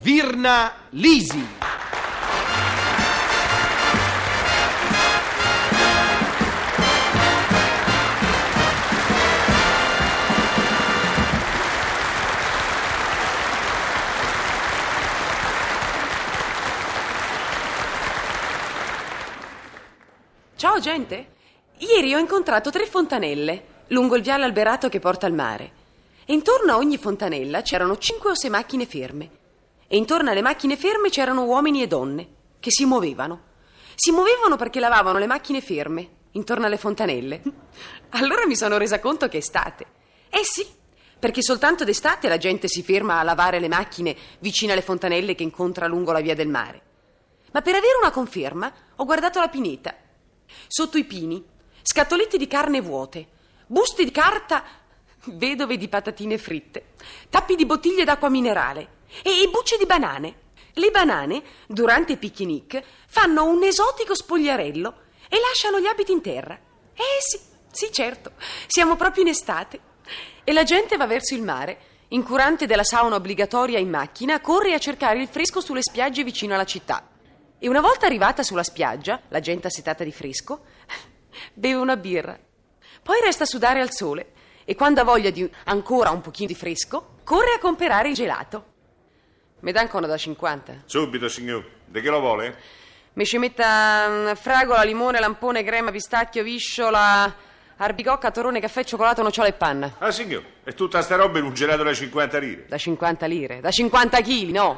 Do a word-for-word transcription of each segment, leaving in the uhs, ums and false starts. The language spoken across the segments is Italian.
Virna Lisi. Ciao gente, ieri ho incontrato tre fontanelle lungo il viale alberato che porta al mare e intorno a ogni fontanella c'erano cinque o sei macchine ferme e intorno alle macchine ferme c'erano uomini e donne che si muovevano. Si muovevano perché lavavano le macchine ferme intorno alle fontanelle. Allora mi sono resa conto che è estate. Eh sì, perché soltanto d'estate la gente si ferma a lavare le macchine vicino alle fontanelle che incontra lungo la via del mare. Ma per avere una conferma ho guardato la pineta. Sotto i pini, scatolette di carne vuote, busti di carta, vedove di patatine fritte, tappi di bottiglie d'acqua minerale e bucce di banane. Le banane, durante i picnic, fanno un esotico spogliarello e lasciano gli abiti in terra. Eh sì, sì certo, siamo proprio in estate. E la gente va verso il mare, incurante della sauna obbligatoria in macchina, corre a cercare il fresco sulle spiagge vicino alla città. E una volta arrivata sulla spiaggia, la gente assetata di fresco, beve una birra. Poi resta a sudare al sole e quando ha voglia di ancora un pochino di fresco, corre a comprare il gelato. Mi dà ancora da cinquanta? Subito, signor. De che lo vuole? Mi ci metta fragola, limone, lampone, crema, pistacchio, visciola, arbicocca, torrone, caffè, cioccolato, nocciola e panna. Ah, signor. E tutta sta roba in un gelato da cinquanta lire? Da cinquanta lire? Da cinquanta chili, no?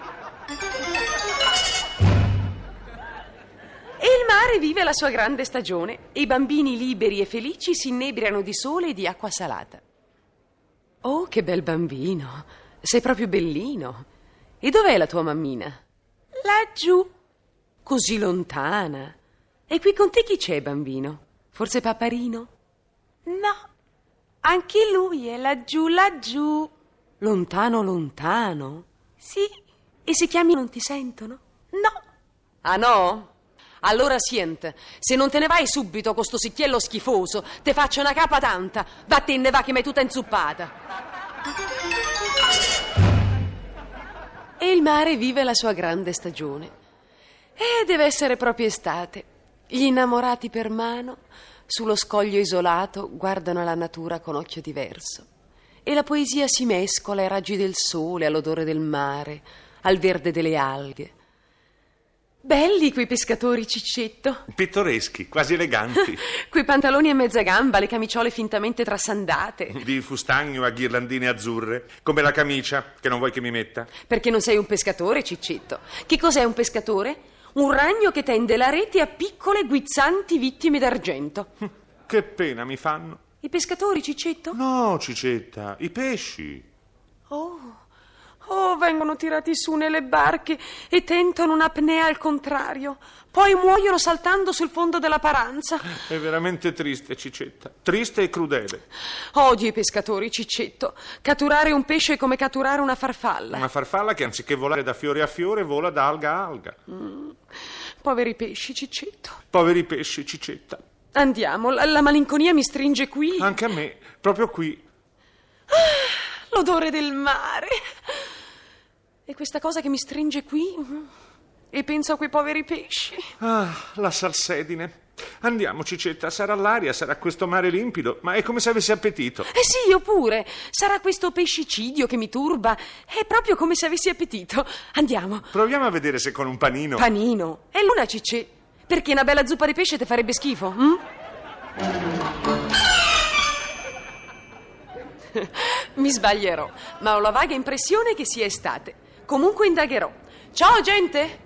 E il mare vive la sua grande stagione e i bambini liberi e felici si inebriano di sole e di acqua salata. Oh, che bel bambino! Sei proprio bellino! E dov'è la tua mammina? Laggiù. Così lontana. E qui con te chi c'è, bambino? Forse Paparino? No, anche lui è laggiù, laggiù. Lontano, lontano? Sì. E se chiami non ti sentono? No. Ah no? Allora sient, se non te ne vai subito con sto sicchiello schifoso, te faccio una capa tanta. Vattene va che m'hai tutta inzuppata. E il mare vive la sua grande stagione. E deve essere proprio estate. Gli innamorati per mano, sullo scoglio isolato, guardano la natura con occhio diverso. E la poesia si mescola ai raggi del sole, all'odore del mare, al verde delle alghe. Belli quei pescatori, Ciccetto. Pittoreschi, quasi eleganti. Quei pantaloni a mezza gamba, le camiciole fintamente trasandate. Di fustagno a ghirlandine azzurre, come la camicia che non vuoi che mi metta. Perché non sei un pescatore, Ciccetto. Che cos'è un pescatore? Un ragno che tende la rete a piccole guizzanti vittime d'argento. Che pena mi fanno. I pescatori, Ciccetto? No, Cicetta, i pesci. Oh... Oh, vengono tirati su nelle barche e tentano un'apnea al contrario. Poi muoiono saltando sul fondo della paranza. È veramente triste, Cicetta. Triste e crudele. Odio i pescatori, Ciccetto. Catturare un pesce è come catturare una farfalla. Una farfalla che anziché volare da fiore a fiore vola da alga a alga. Mm. Poveri pesci, Ciccetto. Poveri pesci, Cicetta. Andiamo, la, la malinconia mi stringe qui. Anche a me, proprio qui. Ah, l'odore del mare. E questa cosa che mi stringe qui e penso a quei poveri pesci. Ah, la salsedine. Andiamo, Cicetta, sarà l'aria, sarà questo mare limpido, ma è come se avessi appetito. Eh sì, io pure. Sarà questo pescicidio che mi turba. È proprio come se avessi appetito. Andiamo. Proviamo a vedere se con un panino. Panino? E l'una, Cicce? Perché una bella zuppa di pesce ti farebbe schifo? Hm? Mi sbaglierò, ma ho la vaga impressione che sia estate. Comunque indagherò. Ciao, gente!